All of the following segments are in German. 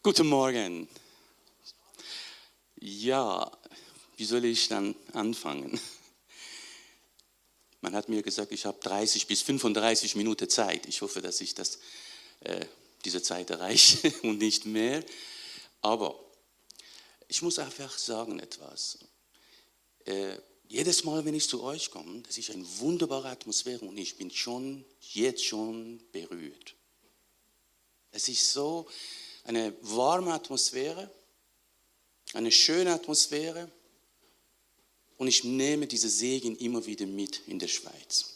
Guten Morgen. Ja, wie soll ich dann anfangen? Man hat mir gesagt, ich habe 30 bis 35 Minuten Zeit. Ich hoffe, dass ich diese Zeit erreiche und nicht mehr. Aber ich muss einfach sagen etwas. Jedes Mal, wenn ich zu euch komme, das ist eine wunderbare Atmosphäre und ich bin jetzt schon berührt. Es ist so eine warme Atmosphäre, eine schöne Atmosphäre und ich nehme diese Segen immer wieder mit in der Schweiz.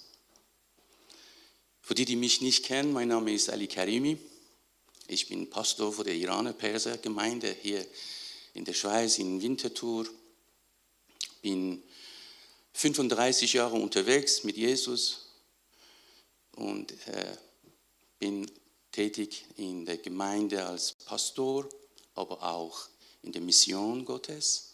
Für die, die mich nicht kennen, mein Name ist Ali Karimi. Ich bin Pastor für die Iraner-Perser-Gemeinde hier in der Schweiz, in Winterthur. Bin 35 Jahre unterwegs mit Jesus und bin tätig in der Gemeinde als Pastor, aber auch in der Mission Gottes.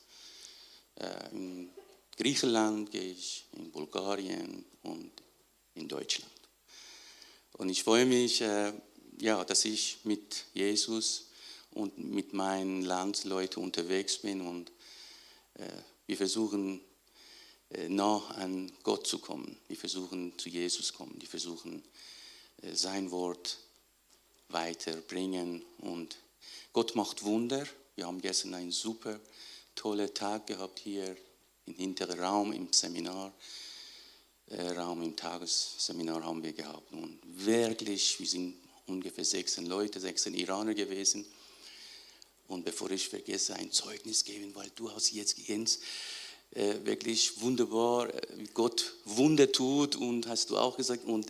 In Griechenland gehe ich, in Bulgarien und in Deutschland. Und ich freue mich, dass ich mit Jesus und mit meinen Landsleuten unterwegs bin und wir versuchen, nah an Gott zu kommen. Wir versuchen, zu Jesus zu kommen. Wir versuchen, sein Wort weiterbringen. Und Gott macht Wunder. Wir haben gestern einen super tollen Tag gehabt hier im hinteren Raum, im Seminarraum, im Tagesseminar haben wir gehabt. Und wirklich, wir sind ungefähr 16 Leute, 16 Iraner gewesen. Und bevor ich vergesse, ein Zeugnis geben, weil du hast jetzt Jens wirklich wunderbar, wie Gott Wunder tut und hast du auch gesagt. Und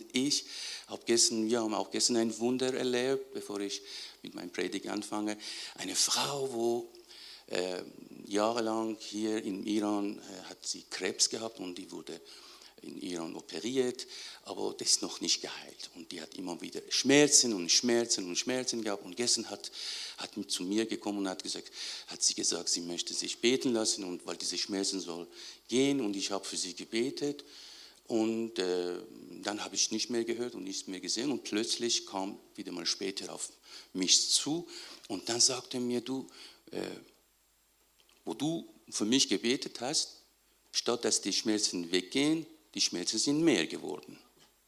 wir haben auch gestern ein Wunder erlebt, bevor ich mit meinem Predigt anfange. Eine Frau, wo jahrelang hier in Iran hat sie Krebs gehabt und die wurde in Iran operiert, aber das ist noch nicht geheilt. Und die hat immer wieder Schmerzen gehabt. Und gestern hat zu mir gekommen und hat sie gesagt, sie möchte sich beten lassen, und weil diese Schmerzen soll gehen. Und ich habe für sie gebetet. Und dann habe ich nicht mehr gehört und nichts mehr gesehen. Und plötzlich kam wieder mal später auf mich zu. Und dann sagte er mir, wo du für mich gebetet hast, statt dass die Schmerzen weggehen, die Schmerzen sind mehr geworden.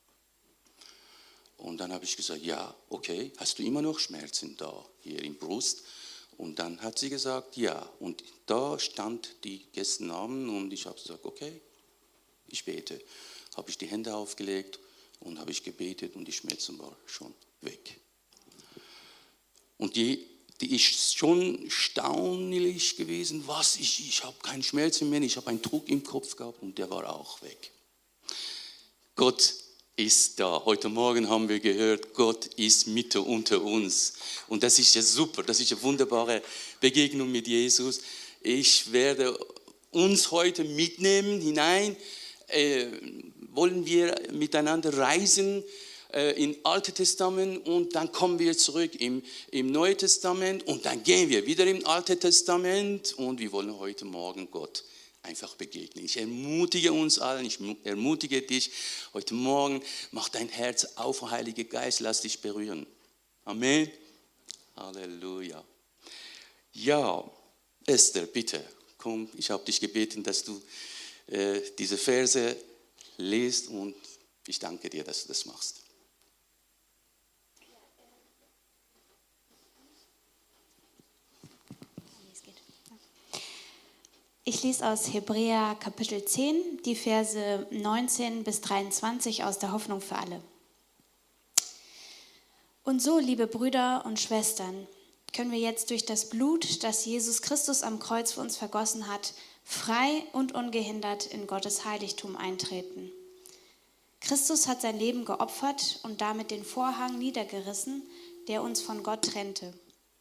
Und dann habe ich gesagt, ja, okay, hast du immer noch Schmerzen da, hier im Brust? Und dann hat sie gesagt, ja. Und da stand die gestern Abend und ich habe gesagt, okay, ich bete. Habe ich die Hände aufgelegt und habe ich gebetet und die Schmerzen waren schon weg. Und die ist schon erstaunlich gewesen, ich habe keine Schmerzen mehr, ich habe einen Druck im Kopf gehabt und der war auch weg. Gott ist da. Heute Morgen haben wir gehört, Gott ist mitten unter uns. Und das ist ja super, das ist eine wunderbare Begegnung mit Jesus. Ich werde uns heute mitnehmen hinein, wollen wir miteinander reisen im Alten Testament und dann kommen wir zurück im Neuen Testament und dann gehen wir wieder im Alten Testament und wir wollen heute Morgen Gott einfach begegnen. Ich ermutige uns allen, ich ermutige dich heute Morgen, mach dein Herz auf, Heiliger Geist, lass dich berühren. Amen. Halleluja. Ja, Esther, bitte, komm, ich habe dich gebeten, dass du diese Verse liest und ich danke dir, dass du das machst. Ich lese aus Hebräer Kapitel 10, die Verse 19 bis 23 aus der Hoffnung für alle. Und so, liebe Brüder und Schwestern, können wir jetzt durch das Blut, das Jesus Christus am Kreuz für uns vergossen hat, frei und ungehindert in Gottes Heiligtum eintreten. Christus hat sein Leben geopfert und damit den Vorhang niedergerissen, der uns von Gott trennte.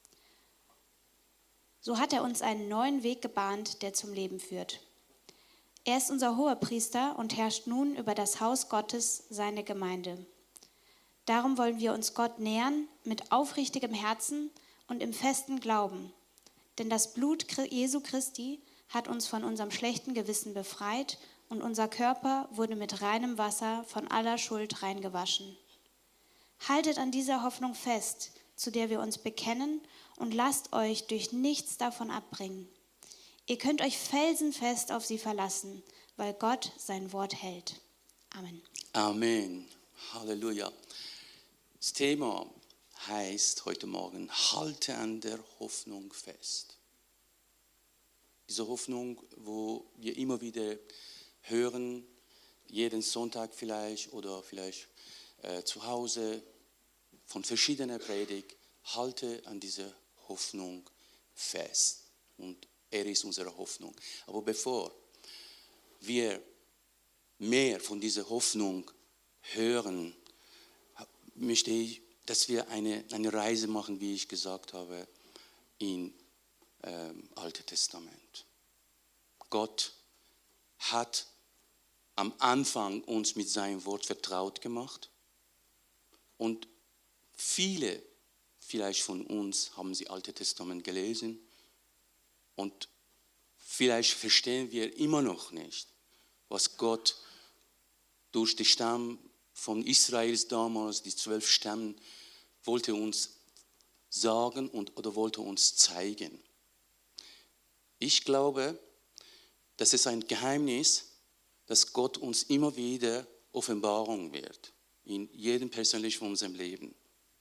So hat er uns einen neuen Weg gebahnt, der zum Leben führt. Er ist unser Hohepriester und herrscht nun über das Haus Gottes, seine Gemeinde. Darum wollen wir uns Gott nähern mit aufrichtigem Herzen und im festen Glauben. Denn das Blut Jesu Christi hat uns von unserem schlechten Gewissen befreit und unser Körper wurde mit reinem Wasser von aller Schuld reingewaschen. Haltet an dieser Hoffnung fest, zu der wir uns bekennen, und lasst euch durch nichts davon abbringen. Ihr könnt euch felsenfest auf sie verlassen, weil Gott sein Wort hält. Amen. Amen. Halleluja. Das Thema heißt heute Morgen, halte an der Hoffnung fest. Diese Hoffnung, wo wir immer wieder hören, jeden Sonntag vielleicht oder vielleicht zu Hause von verschiedenen Predigten, halte an dieser Hoffnung fest. Und er ist unsere Hoffnung. Aber bevor wir mehr von dieser Hoffnung hören, möchte ich, dass wir eine Reise machen, wie ich gesagt habe, im Alten Testament. Gott hat am Anfang uns mit seinem Wort vertraut gemacht und viele vielleicht von uns haben das Alte Testament gelesen und vielleicht verstehen wir immer noch nicht, was Gott durch den Stamm von Israels damals, die 12 Stämme, wollte uns sagen oder wollte uns zeigen. Ich glaube, das ist ein Geheimnis, dass Gott uns immer wieder Offenbarung wird, in jedem persönlich von unserem Leben.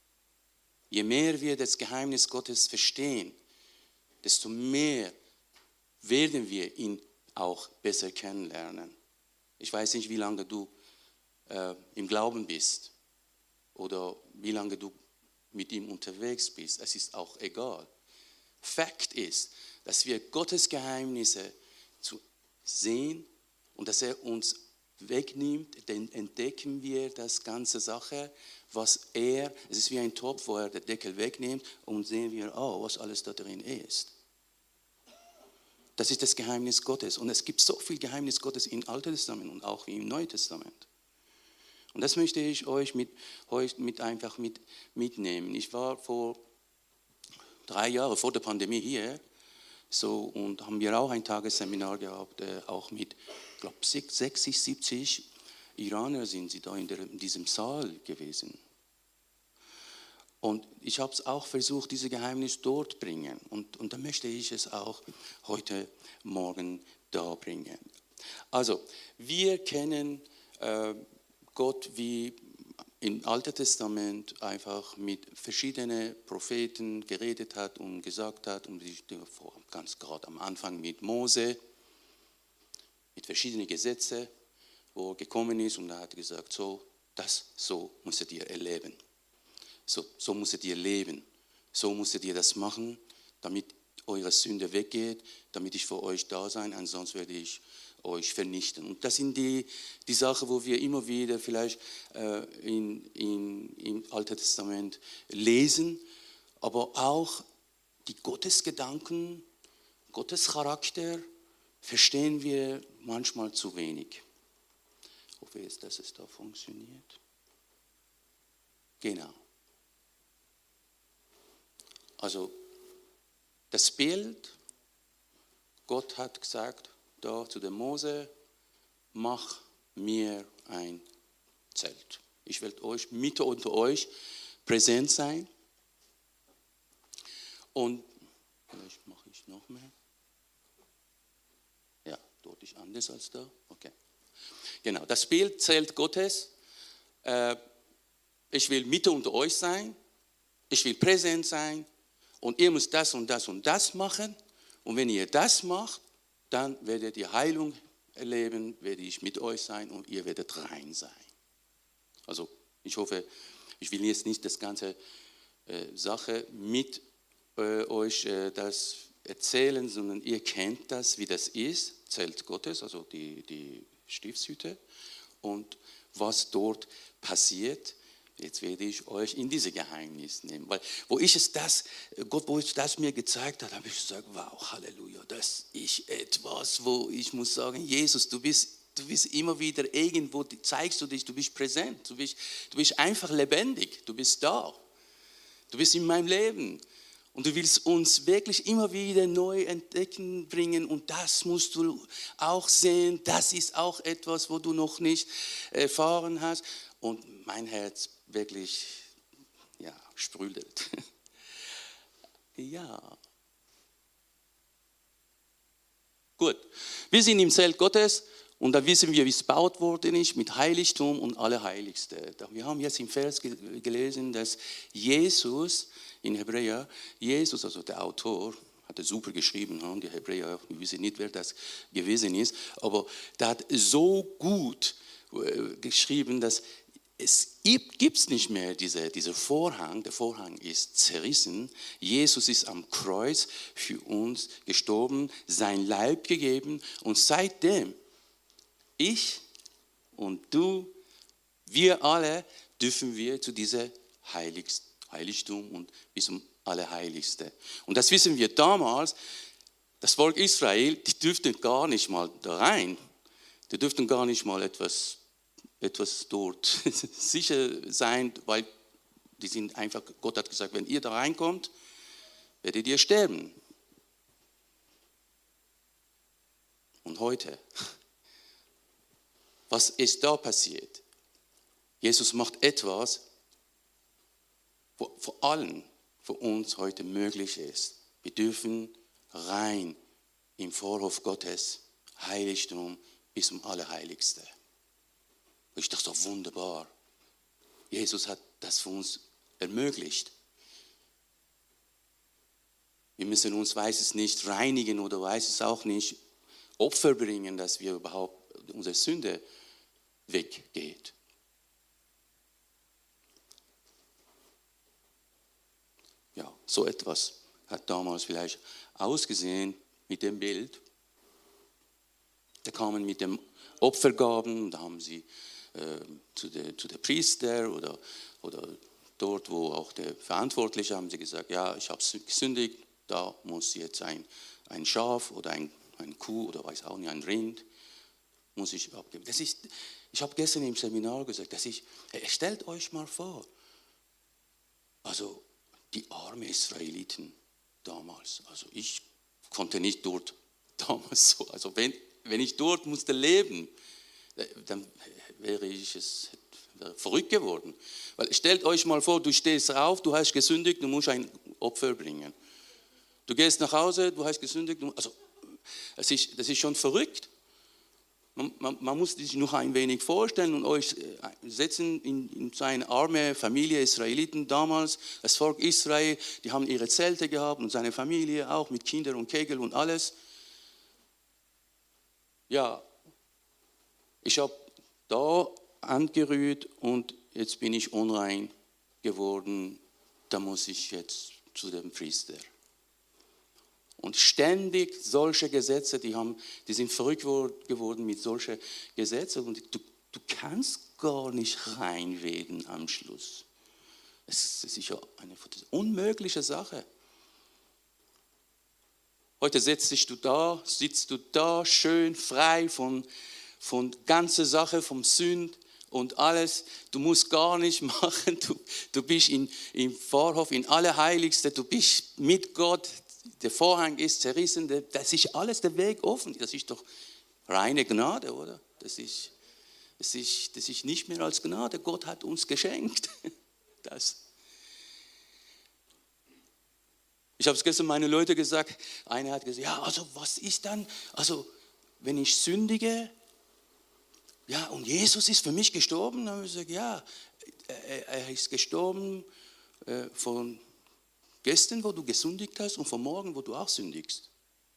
Je mehr wir das Geheimnis Gottes verstehen, desto mehr werden wir ihn auch besser kennenlernen. Ich weiß nicht, wie lange du im Glauben bist oder wie lange du mit ihm unterwegs bist. Es ist auch egal. Fakt ist, dass wir Gottes Geheimnisse zu sehen und dass er uns wegnimmt, dann entdecken wir das ganze Sache, es ist wie ein Topf, wo er den Deckel wegnimmt und sehen wir, was alles da drin ist. Das ist das Geheimnis Gottes. Und es gibt so viel Geheimnis Gottes im Alten Testament und auch im Neuen Testament. Und das möchte ich euch einfach mitnehmen. Ich war vor 3 Jahren vor der Pandemie hier und haben wir auch ein Tagesseminar gehabt, auch mit, ich glaube, 60, 70 Iraner sind sie da in diesem Saal gewesen. Und ich habe es auch versucht, dieses Geheimnis dort zu bringen. Und dann möchte ich es auch heute Morgen da bringen. Also, wir kennen Gott wie im Alten Testament einfach mit verschiedenen Propheten geredet hat und gesagt hat, und ganz gerade am Anfang mit Mose, mit verschiedenen Gesetzen, wo er gekommen ist und er hat gesagt, so musstet ihr erleben. So musstet ihr leben. So musstet ihr das machen, damit eure Sünde weggeht, damit ich für euch da sein, ansonsten werde ich euch vernichten. Und das sind die Sachen, wo wir immer wieder vielleicht im Alten Testament lesen, aber auch die Gottesgedanken, Gottes Charakter verstehen wir manchmal zu wenig. Ich hoffe jetzt, dass es da funktioniert. Genau. Also das Bild, Gott hat gesagt, da zu dem Mose, mach mir ein Zelt. Ich will euch Mitte unter euch präsent sein. Und vielleicht mache ich noch mehr. Ja, deutlich anders als da. Okay. Genau, das Bild Zelt Gottes. Ich will Mitte unter euch sein. Ich will präsent sein. Und ihr müsst das und das und das machen. Und wenn ihr das macht, dann werdet ihr Heilung erleben, werde ich mit euch sein und ihr werdet rein sein. Also ich hoffe, ich will jetzt nicht das ganze Sache mit euch das erzählen, sondern ihr kennt das, wie das ist, Zelt Gottes, also die Stiftshütte und was dort passiert. Jetzt werde ich euch in diese Geheimnis nehmen, weil wo ich das mir gezeigt hat, habe ich gesagt, wow, Halleluja, das ist etwas, wo ich muss sagen, Jesus, du bist immer wieder irgendwo, zeigst du dich, du bist präsent, du bist einfach lebendig, du bist da, du bist in meinem Leben und du willst uns wirklich immer wieder neu entdecken bringen und das musst du auch sehen, das ist auch etwas, wo du noch nicht erfahren hast und mein Herz wirklich ja, sprudelt. Ja. Gut, wir sind im Zelt Gottes und da wissen wir, wie es gebaut worden ist mit Heiligtum und Allerheiligste. Wir haben jetzt im Vers gelesen, dass Jesus in Hebräer, Jesus, also der Autor, hat es super geschrieben, die Hebräer, wir wissen nicht, wer das gewesen ist, aber der hat so gut geschrieben, dass es gibt nicht mehr dieser Vorhang, der Vorhang ist zerrissen. Jesus ist am Kreuz für uns gestorben, sein Leib gegeben und seitdem, ich und du, wir alle dürfen wir zu diesem Heiligtum und bis zum Allerheiligste. Und das wissen wir damals, das Volk Israel, die dürften gar nicht mal da rein, die dürften gar nicht mal etwas dort sicher sein, weil die sind einfach, Gott hat gesagt, wenn ihr da reinkommt, werdet ihr sterben. Und heute, was ist da passiert? Jesus macht etwas, wo vor allem für uns heute möglich ist. Wir dürfen rein im Vorhof Gottes, Heiligtum bis zum Allerheiligste. Ich dachte, doch wunderbar. Jesus hat das für uns ermöglicht. Wir müssen uns, weiß es nicht, reinigen oder weiß es auch nicht, Opfer bringen, dass wir überhaupt unsere Sünde weggeht. Ja, so etwas hat damals vielleicht ausgesehen mit dem Bild. Da kamen mit dem Opfergaben, da haben sie zu der Priester oder dort, wo auch der Verantwortliche, haben sie gesagt, ja, ich habe gesündigt, da muss jetzt ein Schaf oder ein Kuh oder weiß auch nicht, ein Rind, muss ich abgeben. Ich habe gestern im Seminar gesagt, stellt euch mal vor, also die armen Israeliten damals, also ich konnte nicht dort damals so, also wenn ich dort musste leben, dann wäre verrückt geworden. Weil stellt euch mal vor, du stehst auf, du hast gesündigt, du musst ein Opfer bringen. Du gehst nach Hause, du hast gesündigt, also das ist schon verrückt. Man muss sich noch ein wenig vorstellen und euch setzen in so eine arme Familie Israeliten damals, das Volk Israel, die haben ihre Zelte gehabt und seine Familie auch mit Kindern und Kegel und alles. Ja, ich habe da angerührt und jetzt bin ich unrein geworden, da muss ich jetzt zu dem Priester. Und ständig solche Gesetze, die sind verrückt geworden mit solchen Gesetzen und du kannst gar nicht reinreden am Schluss. Es ist ja eine unmögliche Sache. Heute sitzt du da, schön frei von ganzer Sache, vom Sünd und alles. Du musst gar nicht machen. Du bist im Vorhof, in Allerheiligste. Du bist mit Gott. Der Vorhang ist zerrissen. Das ist alles der Weg offen. Das ist doch reine Gnade, oder? Das ist nicht mehr als Gnade. Gott hat uns geschenkt. Das. Ich habe es gestern meinen Leuten gesagt. Einer hat gesagt, ja, also was ist dann, also wenn ich sündige, ja, und Jesus ist für mich gestorben. Dann habe ich gesagt, ja, er ist gestorben von gestern, wo du gesündigt hast, und von morgen, wo du auch sündigst.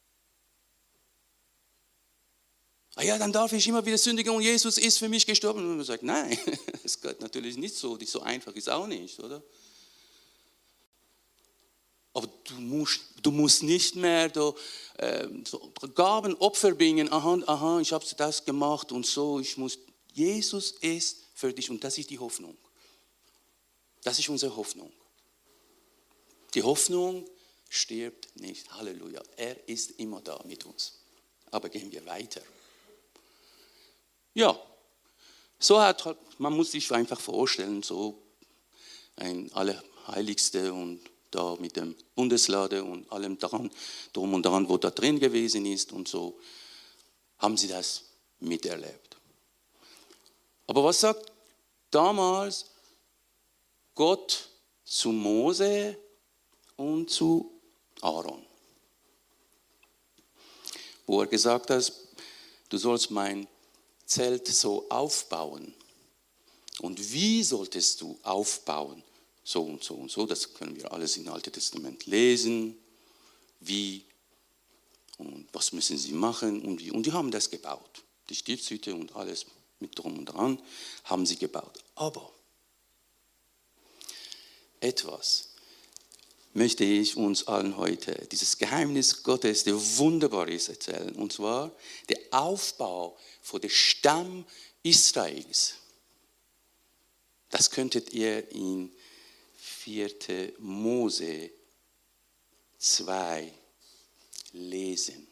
Ah ja, dann darf ich immer wieder sündigen und Jesus ist für mich gestorben. Und man sagt, nein, das geht natürlich nicht so. So einfach ist auch nicht, oder? Aber du musst nicht mehr so Gaben, Opfer bringen. Aha, ich habe das gemacht und so. Jesus ist für dich und das ist die Hoffnung. Das ist unsere Hoffnung. Die Hoffnung stirbt nicht. Halleluja. Er ist immer da mit uns. Aber gehen wir weiter. Ja, man muss sich einfach vorstellen, so ein Allerheiligste und da mit dem Bundeslade und allem drum und dran, wo da drin gewesen ist und so, haben sie das miterlebt. Aber was sagt damals Gott zu Mose und zu Aaron, wo er gesagt hat, du sollst mein Zelt so aufbauen. Und wie solltest du aufbauen? So und so und so, das können wir alles im Alten Testament lesen. Wie und was müssen sie machen und wie. Und die haben das gebaut. Die Stiftshütte und alles mit drum und dran haben sie gebaut. Aber etwas möchte ich uns allen heute, dieses Geheimnis Gottes, der wunderbar ist, erzählen. Und zwar der Aufbau von dem Stamm Israels. Das könntet ihr in 4. Mose 2 lesen.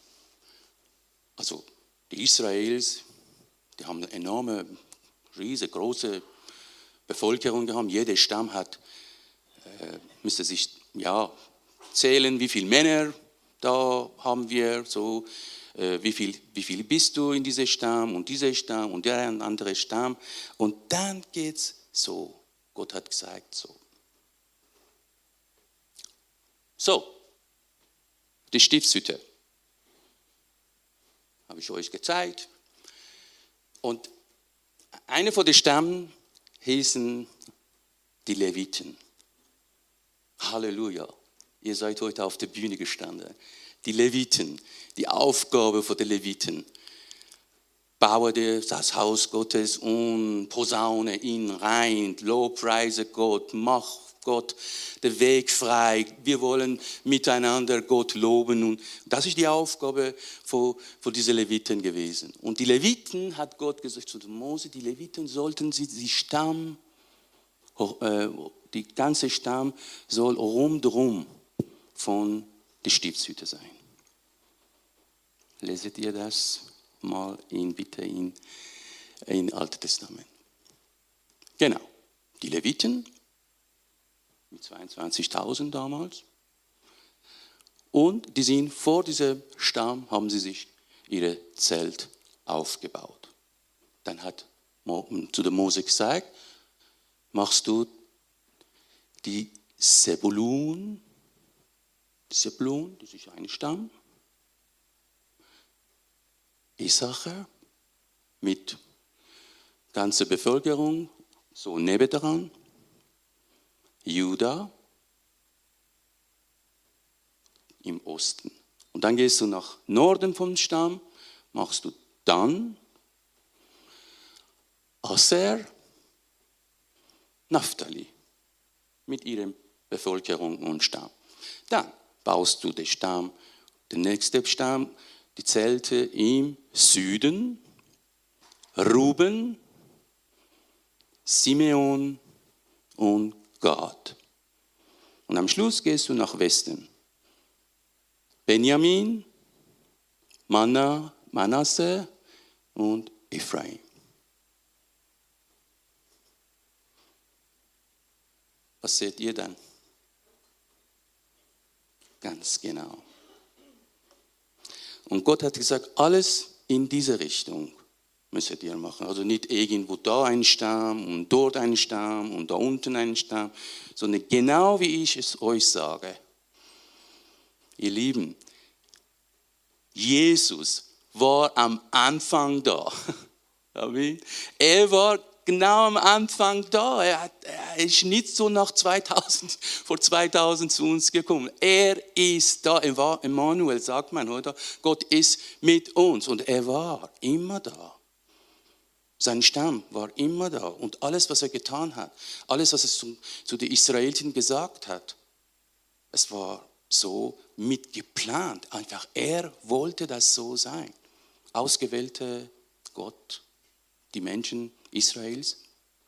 Also die Israels, die haben eine enorme, riesengroße Bevölkerung gehabt. Jeder Stamm hat, müsste sich zählen, wie viele Männer da haben wir, so, wie viel bist du in diesem Stamm und dieser Stamm und der andere Stamm. Und dann geht es so. Gott hat gesagt so. So, die Stiftshütte habe ich euch gezeigt. Und eine von den Stämmen hießen die Leviten. Halleluja, ihr seid heute auf der Bühne gestanden. Die Leviten, die Aufgabe von den Leviten. Baue das Haus Gottes und Posaune ihn rein, Lobpreise Gott, mach Gott den Weg frei. Wir wollen miteinander Gott loben. Und das ist die Aufgabe von diesen Leviten gewesen. Und die Leviten, hat Gott gesagt zu Mose, die Leviten sollten die ganze Stamm soll rundherum von der Stiftshütte sein. Leset ihr das mal bitte in Alten Testament. Genau, die Leviten mit 22.000 damals. Und die sind vor diesem Stamm, haben sie sich ihr Zelt aufgebaut. Dann hat zu der Mose gesagt, machst du die Sebulun, das ist ein Stamm, Issachar mit ganzer Bevölkerung, so nebendran, Juda im Osten. Und dann gehst du nach Norden vom Stamm, machst du dann Aser, Naphtali mit ihrer Bevölkerung und Stamm. Dann baust du den nächsten Stamm, die Zelte im Süden, Ruben, Simeon und Gad. Und am Schluss gehst du nach Westen. Benjamin, Manasse und Ephraim. Was seht ihr dann? Ganz genau. Und Gott hat gesagt, alles in diese Richtung müsstet ihr machen. Also nicht irgendwo da ein Stamm und dort ein Stamm und da unten ein Stamm, sondern genau wie ich es euch sage. Ihr Lieben, Jesus war am Anfang da. Er war genau am Anfang da. Er ist nicht so vor 2000 zu uns gekommen. Er ist da. Er war Emmanuel, sagt man, oder? Gott ist mit uns und er war immer da. Sein Stamm war immer da. Und alles, was er getan hat, alles, was er zu den Israeliten gesagt hat, es war so mitgeplant. Einfach, er wollte das so sein. Ausgewählte Gott, die Menschen Israels.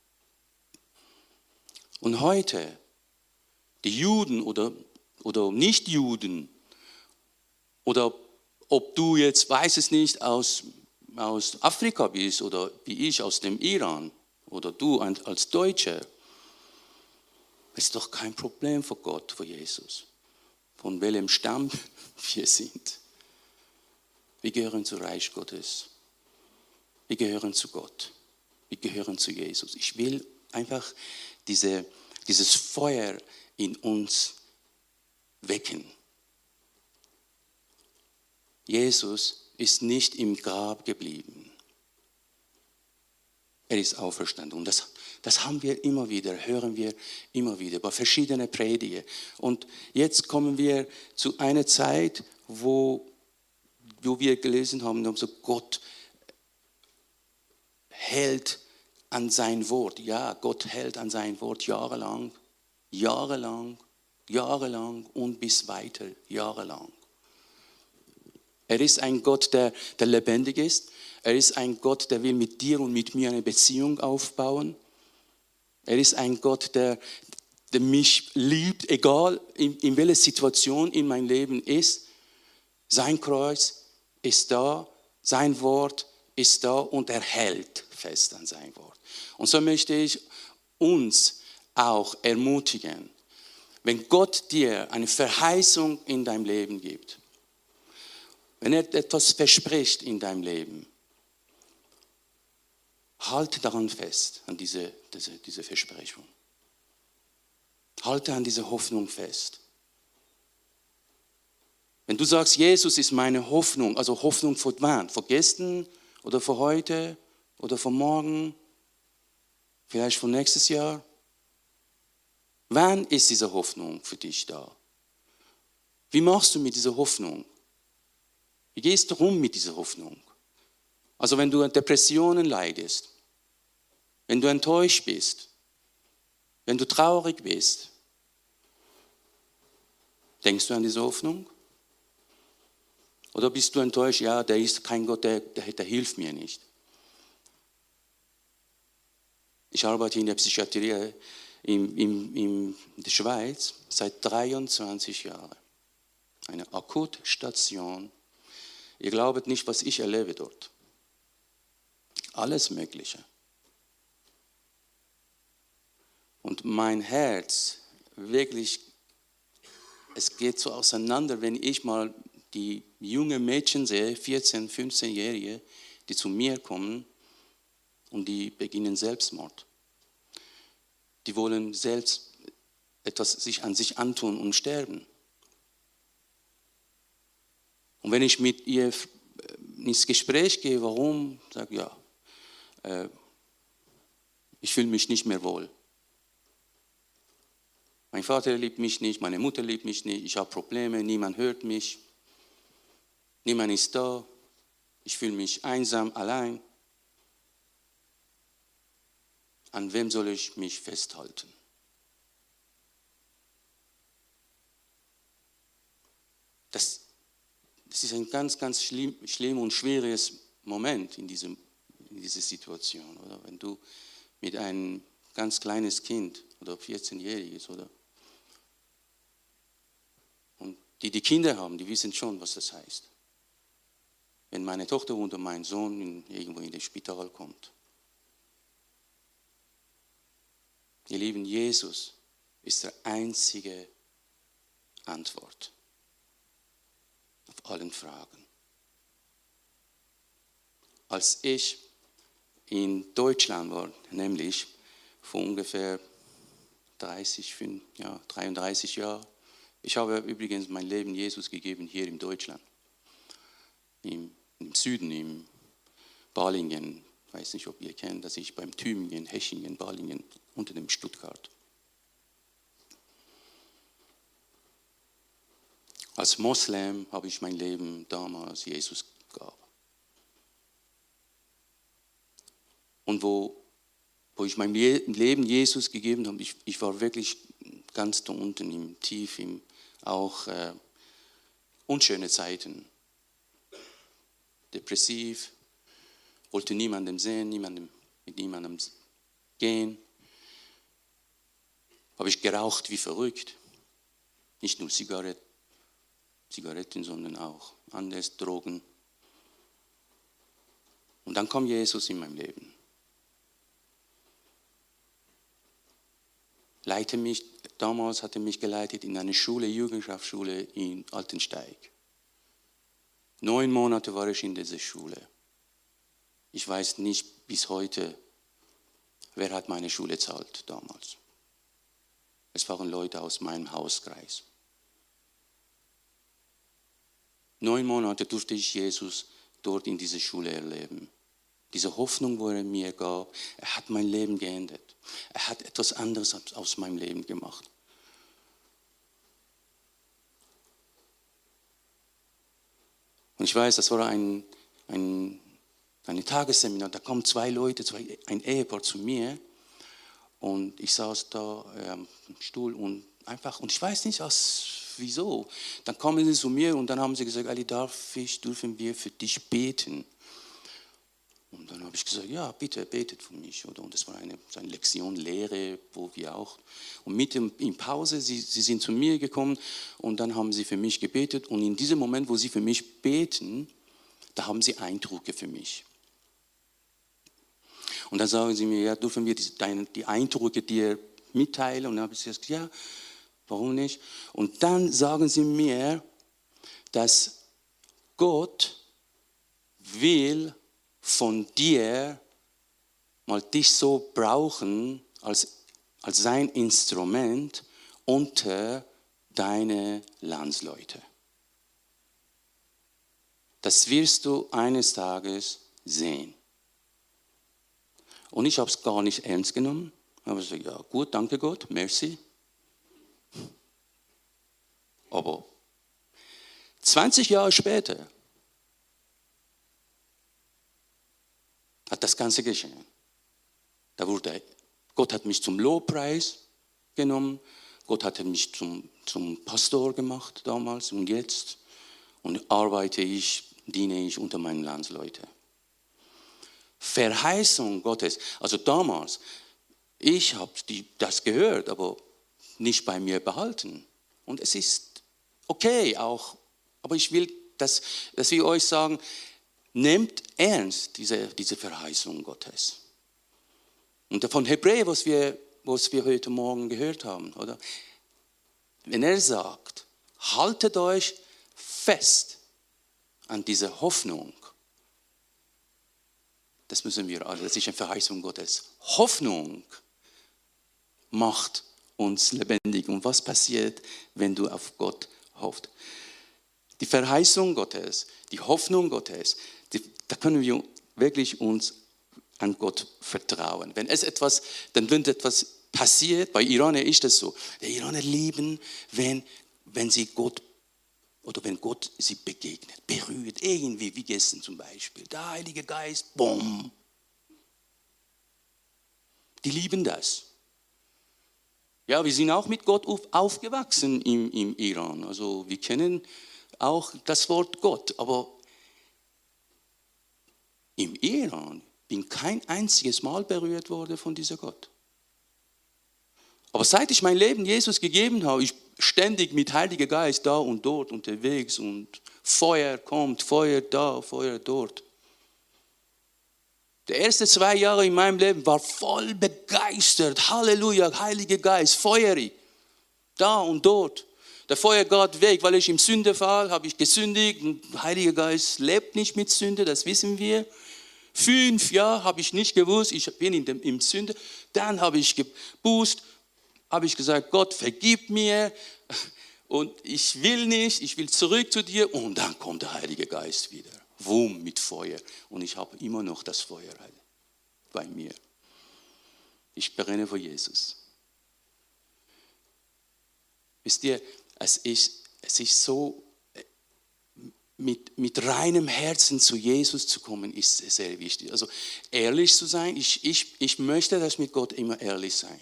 Und heute, die Juden oder Nicht-Juden, oder ob du jetzt, weiß es nicht, aus Afrika bist oder wie ich aus dem Iran oder du als Deutscher, ist doch kein Problem für Gott, für Jesus. Von welchem Stamm wir sind. Wir gehören zum Reich Gottes. Wir gehören zu Gott. Wir gehören zu Jesus. Ich will einfach diese dieses Feuer in uns wecken. Jesus ist nicht im Grab geblieben. Er ist auferstanden. Und das haben wir immer wieder, hören wir immer wieder bei verschiedenen Predigen. Und jetzt kommen wir zu einer Zeit, wo wir gelesen haben, so Gott hält an sein Wort. Ja, Gott hält an sein Wort jahrelang und bis weiter jahrelang. Er ist ein Gott, der lebendig ist. Er ist ein Gott, der will mit dir und mit mir eine Beziehung aufbauen. Er ist ein Gott, der mich liebt, egal in welcher Situation in meinem Leben ist. Sein Kreuz ist da, sein Wort ist da und er hält fest an sein Wort. Und so möchte ich uns auch ermutigen, wenn Gott dir eine Verheißung in deinem Leben gibt, wenn er etwas verspricht in deinem Leben, halte daran fest, an diese Versprechung. Halte an dieser Hoffnung fest. Wenn du sagst, Jesus ist meine Hoffnung, also Hoffnung für wann? Für gestern oder für heute oder für morgen? Vielleicht für nächstes Jahr? Wann ist diese Hoffnung für dich da? Wie machst du mit dieser Hoffnung? Wie gehst du rum mit dieser Hoffnung? Also wenn du an Depressionen leidest, wenn du enttäuscht bist, wenn du traurig bist, denkst du an diese Hoffnung? Oder bist du enttäuscht, ja, der ist kein Gott, der hilft mir nicht. Ich arbeite in der Psychiatrie in der Schweiz seit 23 Jahren. Eine Akutstation. Ihr glaubt nicht, was ich erlebe dort. Alles Mögliche. Und mein Herz, wirklich, es geht so auseinander, wenn ich mal die jungen Mädchen sehe, 14-, 15-Jährige, die zu mir kommen und die beginnen Selbstmord. Die wollen selbst etwas sich an sich antun und sterben. Und wenn ich mit ihr ins Gespräch gehe, warum, sage ich, ja, ich fühle mich nicht mehr wohl. Mein Vater liebt mich nicht, meine Mutter liebt mich nicht, ich habe Probleme, niemand hört mich, niemand ist da, ich fühle mich einsam, allein. An wem soll ich mich festhalten? Das ist ein ganz, ganz schlimm und schwieriges Moment in dieser Situation. Oder? Wenn du mit einem ganz kleines Kind oder 14-Jähriges und die Kinder haben, die wissen schon, was das heißt. Wenn meine Tochter oder mein Sohn irgendwo in das Spital kommt. Ihr Lieben, Jesus ist die einzige Antwort auf allen Fragen. Als ich in Deutschland war, nämlich vor ungefähr 33 Jahren, ich habe übrigens mein Leben Jesus gegeben hier in Deutschland, im Süden, in Balingen. Ich weiß nicht, ob ihr kennt, dass ich beim Tübingen, Hechingen, Balingen, unter dem Stuttgart. Als Moslem habe ich mein Leben damals Jesus gegeben. Und wo ich mein Leben Jesus gegeben habe, ich war wirklich ganz da unten, tief, auch unschöne Zeiten. Depressiv, wollte niemandem sehen, mit niemandem gehen. Habe ich geraucht wie verrückt. Nicht nur Zigaretten, sondern auch anderes, Drogen. Und dann kam Jesus in mein Leben. Damals hat er mich geleitet in eine Schule, Jugendschaftsschule in Altensteig. 9 Monate war ich in dieser Schule. Ich weiß nicht bis heute, wer hat meine Schule gezahlt damals. Es waren Leute aus meinem Hauskreis. 9 Monate durfte ich Jesus dort in dieser Schule erleben. Diese Hoffnung, wo er mir gab, er hat mein Leben geändert. Er hat etwas anderes aus meinem Leben gemacht. Und ich weiß, das war eine Tagesseminar, da kamen 2 Leute, ein Ehepaar zu mir und ich saß da am Stuhl und ich weiß nicht, wieso. Dann kamen sie zu mir und dann haben sie gesagt, Ali, dürfen wir für dich beten? Und dann habe ich gesagt, ja, bitte, betet für mich. Und das war eine Lektion, Lehre, wo wir auch. Und mitten in Pause, sie sind zu mir gekommen und dann haben sie für mich gebetet. Und in diesem Moment, wo sie für mich beten, da haben sie Eindrücke für mich. Und dann sagen sie mir, ja, dürfen wir die Eindrücke dir mitteilen? Und dann habe ich gesagt, ja, warum nicht? Und dann sagen sie mir, dass Gott will von dir mal dich so brauchen als sein Instrument unter deine Landsleute. Das wirst du eines Tages sehen. Und ich habe es gar nicht ernst genommen. Ich habe gesagt, ja gut, danke Gott, merci. Aber 20 Jahre später hat das Ganze geschehen. Gott hat mich zum Lobpreis genommen, Gott hat mich zum Pastor gemacht damals und jetzt. Und diene ich unter meinen Landsleuten. Verheißung Gottes, also damals, ich habe das gehört, aber nicht bei mir behalten. Und es ist okay auch, aber ich will, dass wir euch sagen, nehmt ernst diese Verheißung Gottes. Und von Hebräer, was wir heute Morgen gehört haben, oder? Wenn er sagt, haltet euch fest an dieser Hoffnung, das müssen wir alle, das ist eine Verheißung Gottes. Hoffnung macht uns lebendig. Und was passiert, wenn du auf Gott hoffst? Die Verheißung Gottes, die Hoffnung Gottes, da können wir wirklich uns an Gott vertrauen. Wenn etwas passiert, bei Iraner ist das so. Die Iraner lieben, wenn sie Gott oder wenn Gott sie begegnet, berührt, irgendwie, wie gestern zum Beispiel. Der Heilige Geist, bumm. Die lieben das. Ja, wir sind auch mit Gott aufgewachsen im Iran. Also wir kennen auch das Wort Gott, aber im Iran bin kein einziges Mal berührt worden von dieser Gott. Aber seit ich mein Leben Jesus gegeben habe, ich ständig mit Heiliger Geist da und dort unterwegs und Feuer kommt, Feuer da, Feuer dort. Die ersten 2 Jahre in meinem Leben war voll begeistert. Halleluja, Heiliger Geist, feuerig. Da und dort. Der Feuer geht weg, weil ich im Sündefall habe ich gesündigt. Und Heiliger Geist lebt nicht mit Sünde, das wissen wir. 5 Jahre habe ich nicht gewusst, ich bin im Sünde. Dann habe ich gebußt, habe ich gesagt, Gott, vergib mir. Und ich will nicht, ich will zurück zu dir. Und dann kommt der Heilige Geist wieder. Wumm, mit Feuer. Und ich habe immer noch das Feuer bei mir. Ich brenne vor Jesus. Wisst ihr, es ist so, mit reinem Herzen zu Jesus zu kommen, ist sehr wichtig. Also ehrlich zu sein, ich möchte das mit Gott immer ehrlich sein.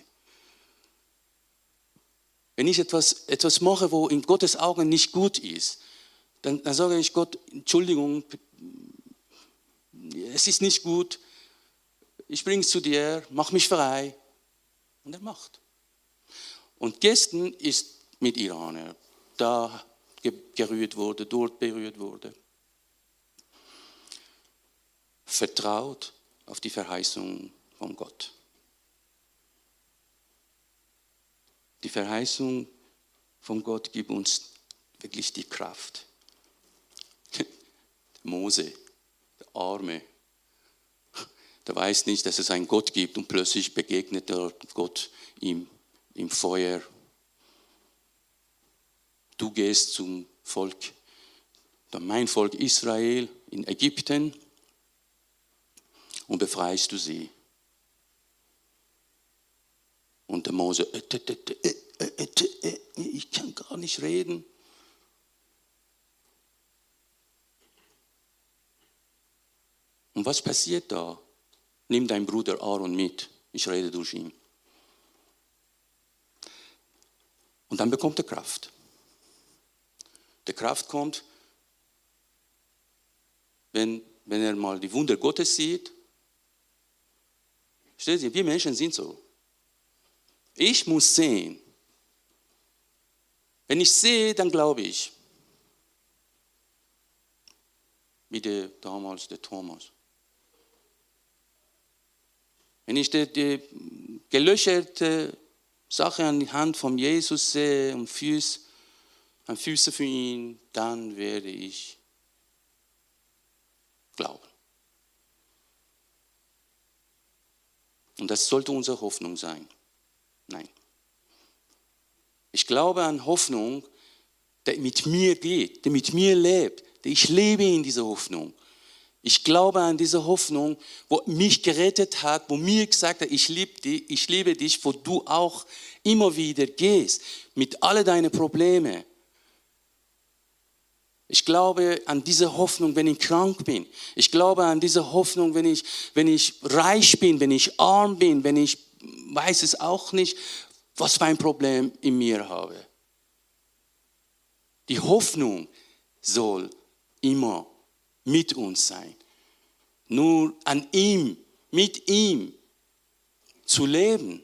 Wenn ich etwas mache, wo in Gottes Augen nicht gut ist, dann sage ich Gott, Entschuldigung, es ist nicht gut, ich bringe es zu dir, mach mich frei. Und er macht. Und gestern ist mit Iraner da gerührt wurde, dort berührt wurde. Vertraut auf die Verheißung von Gott. Die Verheißung von Gott gibt uns wirklich die Kraft. Mose, der Arme, der weiß nicht, dass es einen Gott gibt und plötzlich begegnet der Gott ihm im Feuer du gehst zum Volk, mein Volk Israel in Ägypten und befreist du sie. Und der Mose, ich kann gar nicht reden. Und was passiert da? Nimm deinen Bruder Aaron mit, ich rede durch ihn. Und dann bekommt er Kraft. Die Kraft kommt, wenn er mal die Wunder Gottes sieht. Versteht ihr, wir Menschen sind so. Ich muss sehen. Wenn ich sehe, dann glaube ich. Wie damals der Thomas. Wenn ich die gelöcherte Sache an die Hand von Jesus sehe und Füße für ihn, dann werde ich glauben. Und das sollte unsere Hoffnung sein. Nein. Ich glaube an Hoffnung, der mit mir geht, der mit mir lebt. Ich lebe in dieser Hoffnung. Ich glaube an diese Hoffnung, wo mich gerettet hat, wo mir gesagt hat, ich liebe dich, wo du auch immer wieder gehst, mit all deinen Problemen. Ich glaube an diese Hoffnung, wenn ich krank bin. Ich glaube an diese Hoffnung, wenn ich reich bin, wenn ich arm bin, wenn ich weiß es auch nicht, was für ein Problem in mir habe. Die Hoffnung soll immer mit uns sein. Nur an ihm, mit ihm zu leben.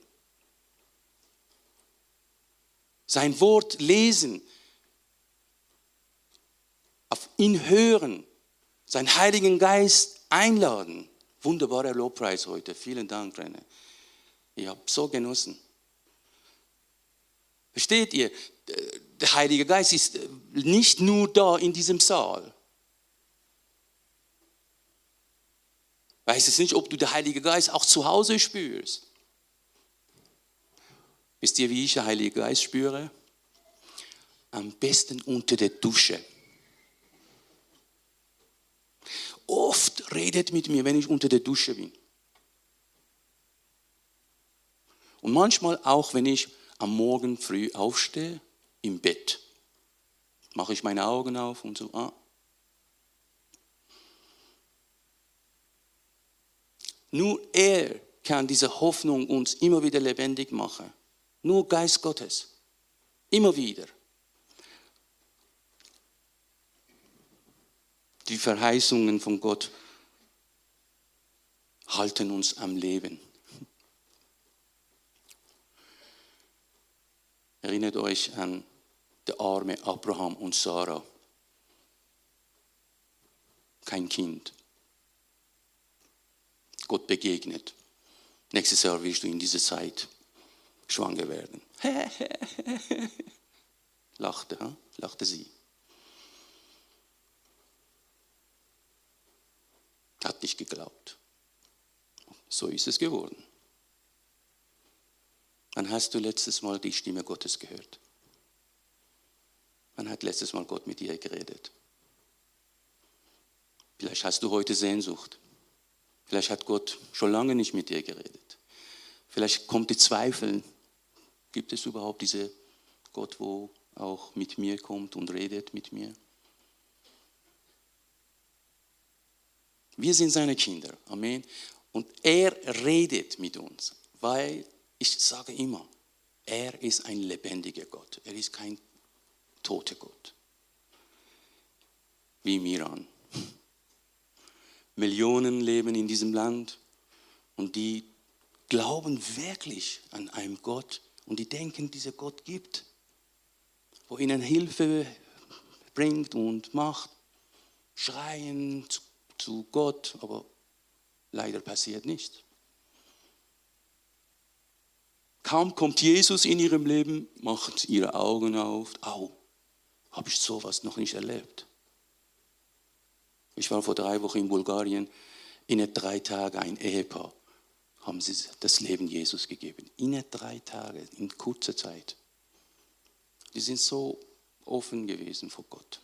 Sein Wort lesen, auf ihn hören, seinen Heiligen Geist einladen. Wunderbarer Lobpreis heute. Vielen Dank, René. Ich habe so genossen. Versteht ihr? Der Heilige Geist ist nicht nur da in diesem Saal. Weiß es nicht, ob du den Heiligen Geist auch zu Hause spürst. Wisst ihr, wie ich den Heiligen Geist spüre? Am besten unter der Dusche. Oft redet mit mir, wenn ich unter der Dusche bin. Und manchmal auch, wenn ich am Morgen früh aufstehe, im Bett, mache ich meine Augen auf und so. Nur er kann diese Hoffnung uns immer wieder lebendig machen. Nur Geist Gottes. Immer wieder. Die Verheißungen von Gott halten uns am Leben. Erinnert euch an den armen Abraham und Sarah. Kein Kind. Gott begegnet. Nächstes Jahr wirst du in dieser Zeit schwanger werden. Lachte sie. Hat nicht geglaubt. So ist es geworden. Wann hast du letztes Mal die Stimme Gottes gehört? Wann hat letztes Mal Gott mit dir geredet? Vielleicht hast du heute Sehnsucht. Vielleicht hat Gott schon lange nicht mit dir geredet. Vielleicht kommt die Zweifel. Gibt es überhaupt diesen Gott, wo auch mit mir kommt und redet mit mir? Wir sind seine Kinder. Amen. Und er redet mit uns, weil ich sage immer, er ist ein lebendiger Gott. Er ist kein toter Gott. Wie Miran. Millionen leben in diesem Land und die glauben wirklich an einen Gott und die denken, dieser Gott gibt, wo ihnen Hilfe bringt und macht, schreien zu Gott, aber leider passiert nichts. Kaum kommt Jesus in ihrem Leben, macht ihre Augen auf. Au, habe ich sowas noch nicht erlebt. Ich war vor 3 Wochen in Bulgarien. In 3 Tagen ein Ehepaar haben sie das Leben Jesus gegeben. In 3 Tagen, in kurzer Zeit. Die sind so offen gewesen vor Gott.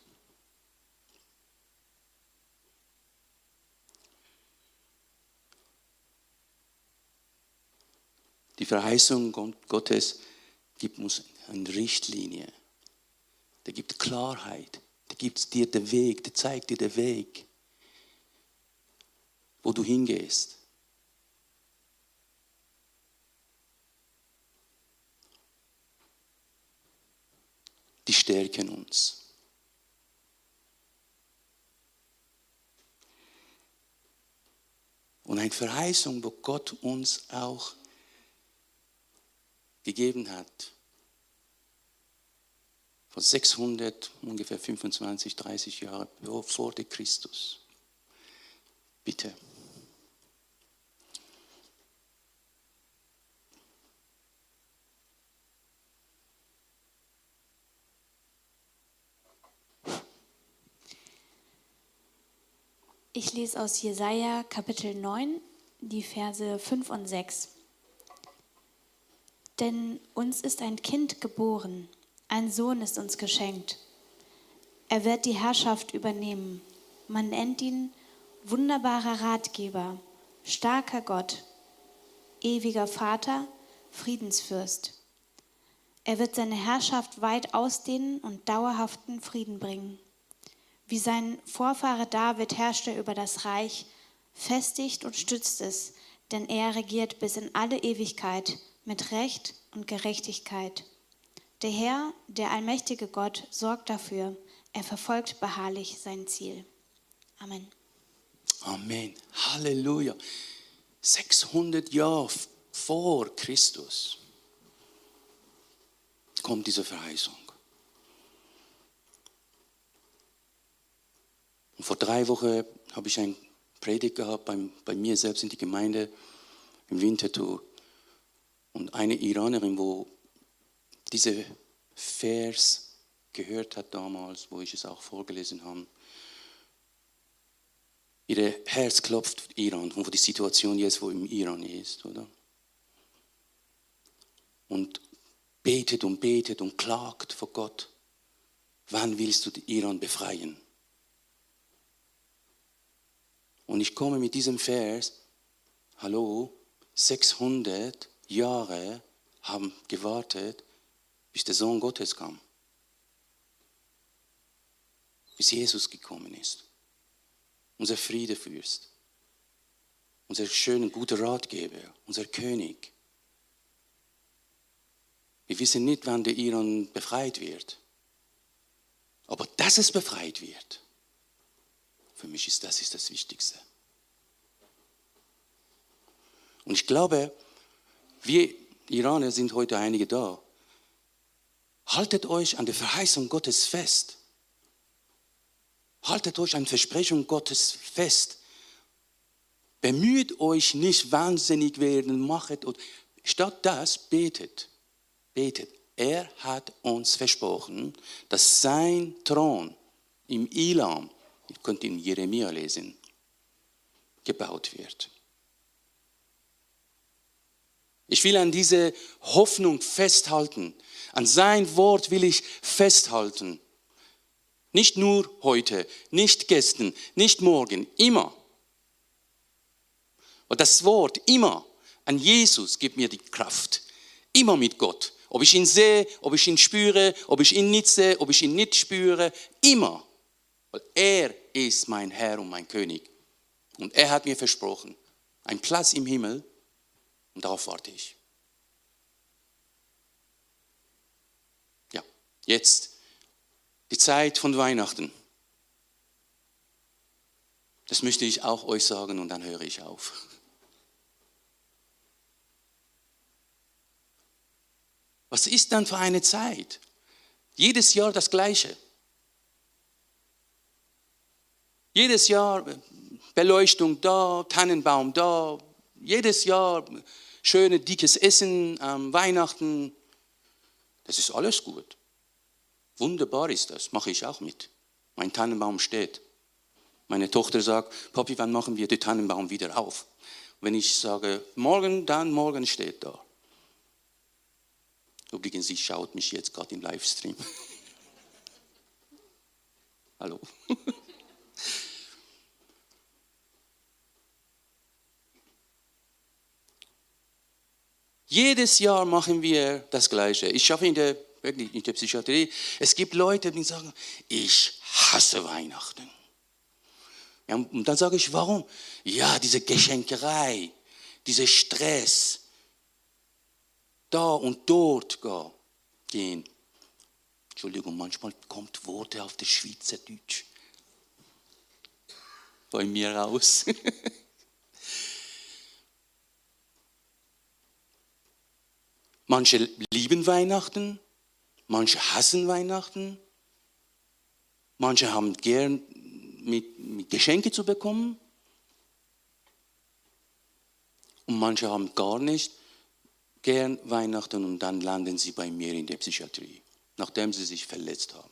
Die Verheißung Gottes gibt uns eine Richtlinie. Der gibt Klarheit. Der gibt dir den Weg. Der zeigt dir den Weg, wo du hingehst. Die stärken uns. Und eine Verheißung, wo Gott uns auch gegeben hat, vor 600, ungefähr 25, 30 Jahre vor der Christus. Bitte. Ich lese aus Jesaja Kapitel 9, die Verse 5 und 6. Denn uns ist ein Kind geboren, ein Sohn ist uns geschenkt. Er wird die Herrschaft übernehmen. Man nennt ihn wunderbarer Ratgeber, starker Gott, ewiger Vater, Friedensfürst. Er wird seine Herrschaft weit ausdehnen und dauerhaften Frieden bringen. Wie sein Vorfahre David herrscht er über das Reich, festigt und stützt es, denn er regiert bis in alle Ewigkeit mit Recht und Gerechtigkeit. Der Herr, der allmächtige Gott, sorgt dafür, er verfolgt beharrlich sein Ziel. Amen. Amen. Halleluja. 600 Jahre vor Christus kommt diese Verheißung. Und vor 3 Wochen habe ich eine Predigt gehabt bei mir selbst in die Gemeinde im Winterthur. Und eine Iranerin, wo diese Vers gehört hat damals, wo ich es auch vorgelesen habe, ihr Herz klopft Iran, wo die Situation jetzt wo im Iran ist, oder? Und betet und klagt vor Gott. Wann willst du Iran befreien? Und ich komme mit diesem Vers, hallo, 600 Jahre haben gewartet, bis der Sohn Gottes kam. Bis Jesus gekommen ist. Unser Friedefürst. Unser schöner, guter Ratgeber. Unser König. Wir wissen nicht, wann der Iran befreit wird. Aber dass es befreit wird, für mich ist das Wichtigste. Und ich glaube, wir Iraner sind heute einige da. Haltet euch an der Verheißung Gottes fest. Haltet euch an Versprechung Gottes fest. Bemüht euch nicht wahnsinnig werden, machet. Statt das betet. Betet. Er hat uns versprochen, dass sein Thron im Elam, ihr könnt in Jeremia lesen, gebaut wird. Ich will an diese Hoffnung festhalten. An sein Wort will ich festhalten. Nicht nur heute, nicht gestern, nicht morgen, immer. Und das Wort immer an Jesus gibt mir die Kraft. Immer mit Gott. Ob ich ihn sehe, ob ich ihn spüre, ob ich ihn nicht sehe, ob ich ihn nicht spüre, immer. Weil er ist mein Herr und mein König. Und er hat mir versprochen, einen Platz im Himmel. Und darauf warte ich. Ja, jetzt die Zeit von Weihnachten. Das möchte ich auch euch sagen und dann höre ich auf. Was ist dann für eine Zeit? Jedes Jahr das Gleiche. Jedes Jahr Beleuchtung da, Tannenbaum da. Jedes Jahr schönes, dickes Essen am Weihnachten. Das ist alles gut. Wunderbar ist das, mache ich auch mit. Mein Tannenbaum steht. Meine Tochter sagt, Papi, wann machen wir den Tannenbaum wieder auf? Wenn ich sage, morgen, dann morgen steht da. Übrigens, sie schaut mich jetzt gerade im Livestream. Hallo. Jedes Jahr machen wir das Gleiche. Ich arbeite wirklich in der Psychiatrie. Es gibt Leute, die sagen, ich hasse Weihnachten. Ja, und dann sage ich, warum? Ja, diese Geschenkerei, dieser Stress, da und dort gehen. Entschuldigung, manchmal kommt Worte auf das Schweizerdeutsch bei mir raus. Manche lieben Weihnachten, manche hassen Weihnachten, manche haben gern mit Geschenke zu bekommen und manche haben gar nicht gern Weihnachten und dann landen sie bei mir in der Psychiatrie, nachdem sie sich verletzt haben.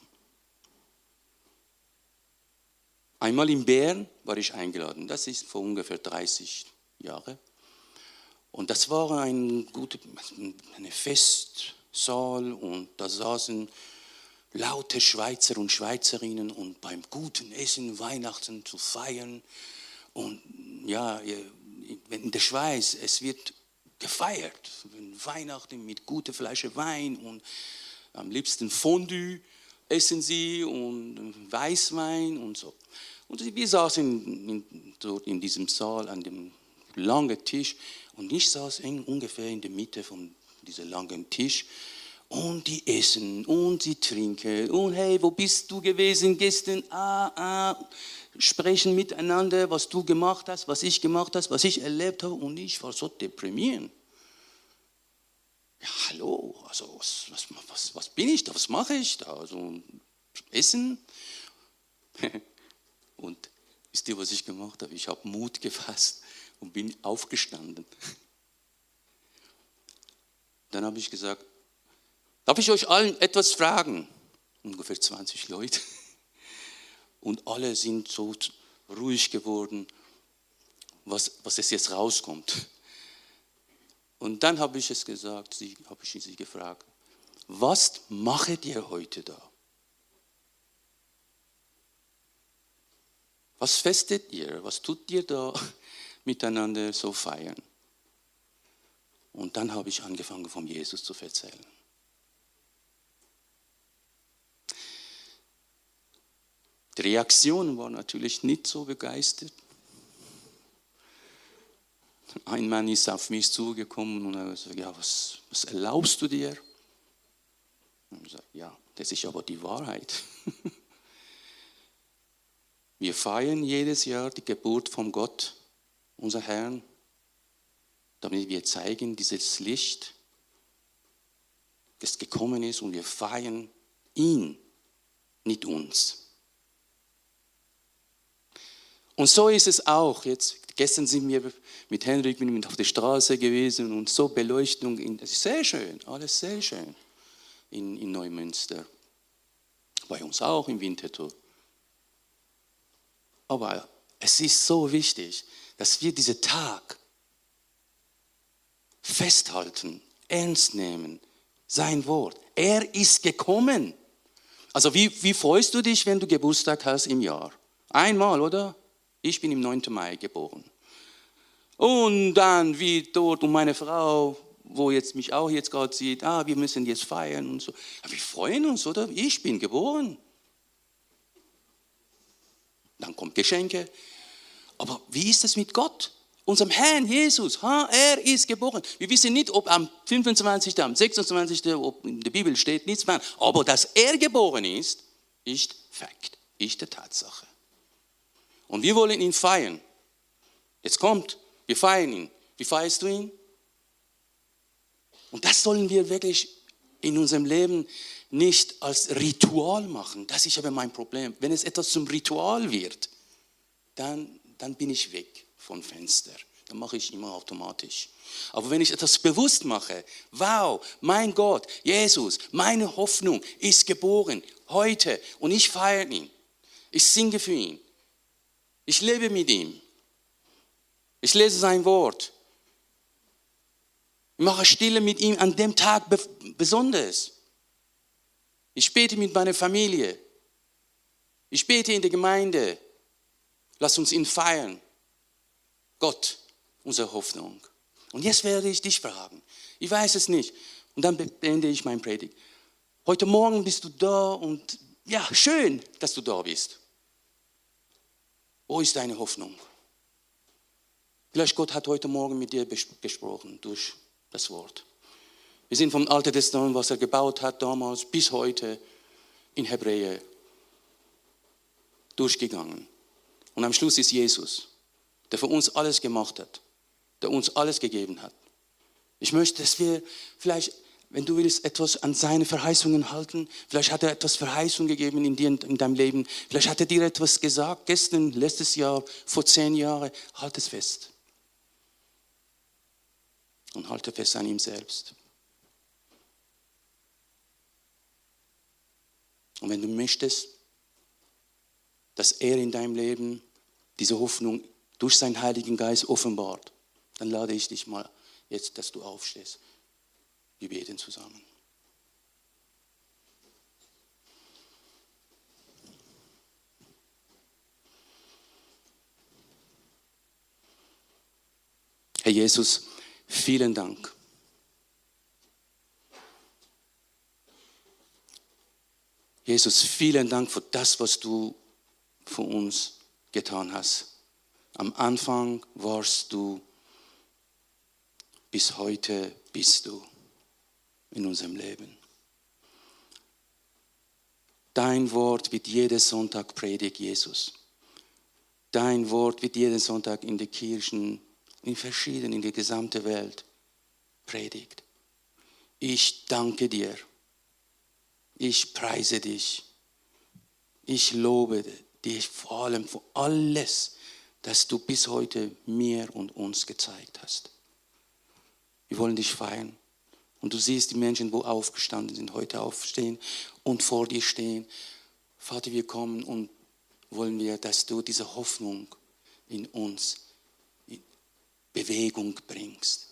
Einmal in Bern war ich eingeladen, das ist vor ungefähr 30 Jahren. Und das war ein Festsaal und da saßen laute Schweizer und Schweizerinnen und beim guten Essen Weihnachten zu feiern. Und ja, in der Schweiz, es wird gefeiert. Weihnachten mit guter Flasche Wein und am liebsten Fondue essen sie und Weißwein und so. Und wir saßen dort in diesem Saal an dem langen Tisch und ich saß ungefähr in der Mitte von diesem langen Tisch und die essen und sie trinken und hey, wo bist du gewesen gestern? Sprechen miteinander, was du gemacht hast, was ich gemacht habe, was ich erlebt habe und ich war so deprimiert. Ja, hallo, also was bin ich da, was mache ich da? Also Essen? Und wisst ihr, was ich gemacht habe? Ich habe Mut gefasst und bin aufgestanden. Dann habe ich gesagt, darf ich euch allen etwas fragen? Ungefähr 20 Leute. Und alle sind so ruhig geworden, was es jetzt rauskommt. Und dann habe ich es gesagt, habe ich sie gefragt, was macht ihr heute da? Was festet ihr? Was tut ihr da miteinander so feiern? Und dann habe ich angefangen, von Jesus zu erzählen. Die Reaktion war natürlich nicht so begeistert. Ein Mann ist auf mich zugekommen und hat gesagt, ja, was erlaubst du dir? Und ich habe gesagt, ja, das ist aber die Wahrheit. Wir feiern jedes Jahr die Geburt von Gott, unser Herrn, damit wir zeigen, dieses Licht, das gekommen ist und wir feiern ihn, nicht uns. Und so ist es auch. Gestern sind wir mit Henrik auf der Straße gewesen und so Beleuchtung. Das ist sehr schön, alles sehr schön in Neumünster. Bei uns auch im Winterthur. Aber es ist so wichtig, dass wir diesen Tag festhalten, ernst nehmen, sein Wort. Er ist gekommen. Also wie freust du dich, wenn du Geburtstag hast im Jahr? Einmal, oder? Ich bin im 9. Mai geboren. Und dann wie dort und meine Frau, wo jetzt mich auch jetzt gerade sieht, wir müssen jetzt feiern und so. Ja, wir freuen uns, oder? Ich bin geboren. Dann kommen Geschenke. Aber wie ist es mit Gott? Unserem Herrn Jesus, er ist geboren. Wir wissen nicht, ob am 25., am 26., ob in der Bibel steht, nichts mehr. Aber dass er geboren ist Fakt, ist die Tatsache. Und wir wollen ihn feiern. Jetzt kommt, wir feiern ihn. Wie feierst du ihn? Und das sollen wir wirklich in unserem Leben nicht als Ritual machen. Das ist aber mein Problem. Wenn es etwas zum Ritual wird, dann bin ich weg vom Fenster. Dann mache ich immer automatisch. Aber wenn ich etwas bewusst mache, wow, mein Gott, Jesus, meine Hoffnung ist geboren heute und ich feiere ihn. Ich singe für ihn. Ich lebe mit ihm. Ich lese sein Wort. Ich mache Stille mit ihm an dem Tag besonders. Ich bete mit meiner Familie. Ich bete in der Gemeinde. Lass uns ihn feiern. Gott, unsere Hoffnung. Und jetzt werde ich dich fragen. Ich weiß es nicht. Und dann beende ich meine Predigt. Heute Morgen bist du da und ja, schön, dass du da bist. Wo ist deine Hoffnung? Vielleicht Gott hat heute Morgen mit dir gesprochen durch das Wort. Wir sind vom Alten Testament, was er gebaut hat damals, bis heute in Hebräer durchgegangen. Und am Schluss ist Jesus, der für uns alles gemacht hat, der uns alles gegeben hat. Ich möchte, dass wir vielleicht, wenn du willst, etwas an seine Verheißungen halten. Vielleicht hat er etwas Verheißung gegeben in dir, in deinem Leben. Vielleicht hat er dir etwas gesagt, gestern, letztes Jahr, vor 10 Jahren. Halt es fest. Und halte fest an ihm selbst. Und wenn du möchtest, dass er in deinem Leben diese Hoffnung durch seinen Heiligen Geist offenbart, dann lade ich dich mal jetzt, dass du aufstehst. Wir beten zusammen. Herr Jesus, vielen Dank. Jesus, vielen Dank für das, was du für uns getan hast. Am Anfang warst du, bis heute bist du in unserem Leben. Dein Wort wird jeden Sonntag predigt, Jesus. Dein Wort wird jeden Sonntag in den Kirchen, in der gesamten Welt predigt. Ich danke dir. Ich preise dich. Ich lobe dich vor allem für alles, das du bis heute mir und uns gezeigt hast. Wir wollen dich feiern. Und du siehst die Menschen, wo aufgestanden sind, heute aufstehen und vor dir stehen. Vater, wir kommen und wollen wir, dass du diese Hoffnung in uns in Bewegung bringst.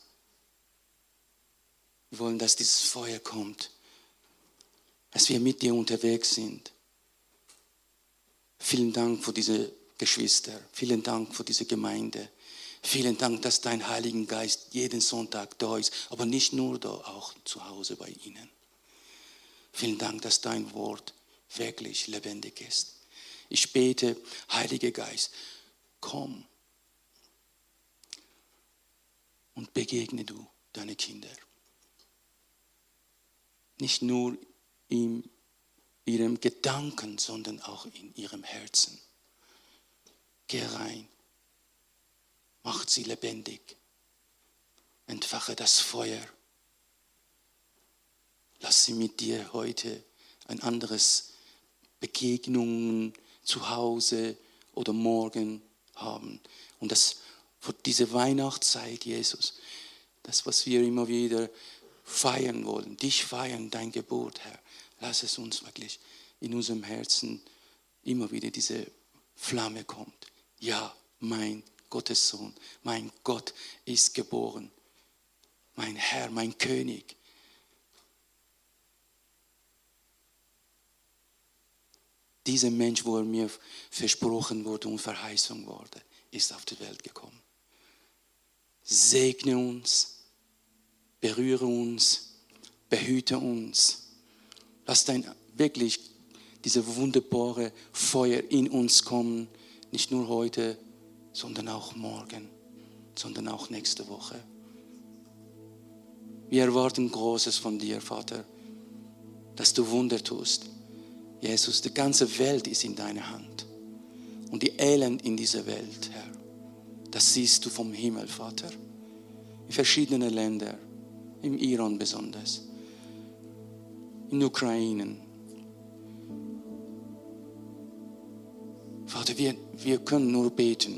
Wir wollen, dass dieses Feuer kommt, dass wir mit dir unterwegs sind. Vielen Dank für diese Geschwister. Vielen Dank für diese Gemeinde. Vielen Dank, dass dein Heiliger Geist jeden Sonntag da ist, aber nicht nur da, auch zu Hause bei ihnen. Vielen Dank, dass dein Wort wirklich lebendig ist. Ich bete, Heiliger Geist, komm und begegne du deine Kinder. Nicht nur in ihrem Gedanken, sondern auch in ihrem Herzen. Geh rein. Macht sie lebendig. Entfache das Feuer. Lass sie mit dir heute ein anderes Begegnungen zu Hause oder morgen haben. Und das für diese Weihnachtszeit, Jesus, das, was wir immer wieder feiern wollen, dich feiern, dein Gebot, Herr. Lass es uns wirklich in unserem Herzen immer wieder diese Flamme kommt. Ja, mein Gottes Sohn, mein Gott ist geboren. Mein Herr, mein König. Dieser Mensch, wo er mir versprochen wurde und verheißen wurde, ist auf die Welt gekommen. Segne uns, berühre uns, behüte uns. Lass dein wirklich diese wunderbare Feuer in uns kommen, nicht nur heute, sondern auch morgen, sondern auch nächste Woche. Wir erwarten Großes von dir, Vater, dass du Wunder tust. Jesus, die ganze Welt ist in deiner Hand. Und die Elend in dieser Welt, Herr, das siehst du vom Himmel, Vater. In verschiedenen Ländern, im Iran besonders, in der Ukraine. Vater, wir können nur beten.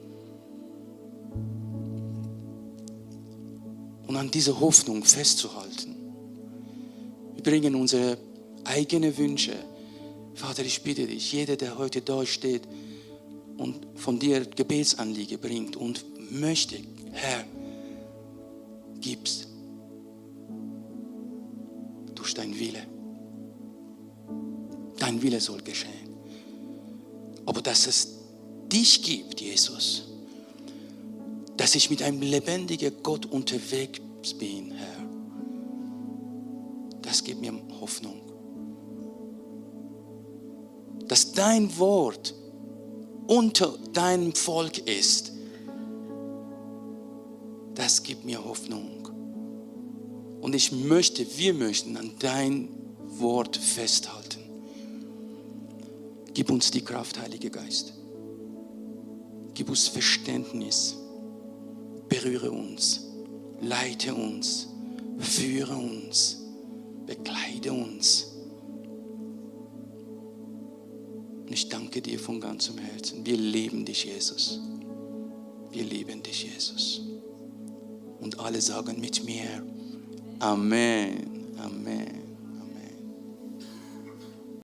Und an dieser Hoffnung festzuhalten. Wir bringen unsere eigenen Wünsche. Vater, ich bitte dich, jeder, der heute da steht und von dir Gebetsanliege bringt und möchte, Herr, gib's durch dein Wille. Dein Wille soll geschehen. aber dass es dich gibt, Jesus. Dass ich mit einem lebendigen Gott unterwegs bin, Herr. Das gibt mir Hoffnung. Dass dein Wort unter deinem Volk ist, das gibt mir Hoffnung. Und wir möchten an dein Wort festhalten. Gib uns die Kraft, Heiliger Geist. Gib uns Verständnis. Berühre uns. Leite uns. Führe uns. Bekleide uns. Und ich danke dir von ganzem Herzen. Wir lieben dich, Jesus. Wir lieben dich, Jesus. Und alle sagen mit mir, Amen, Amen.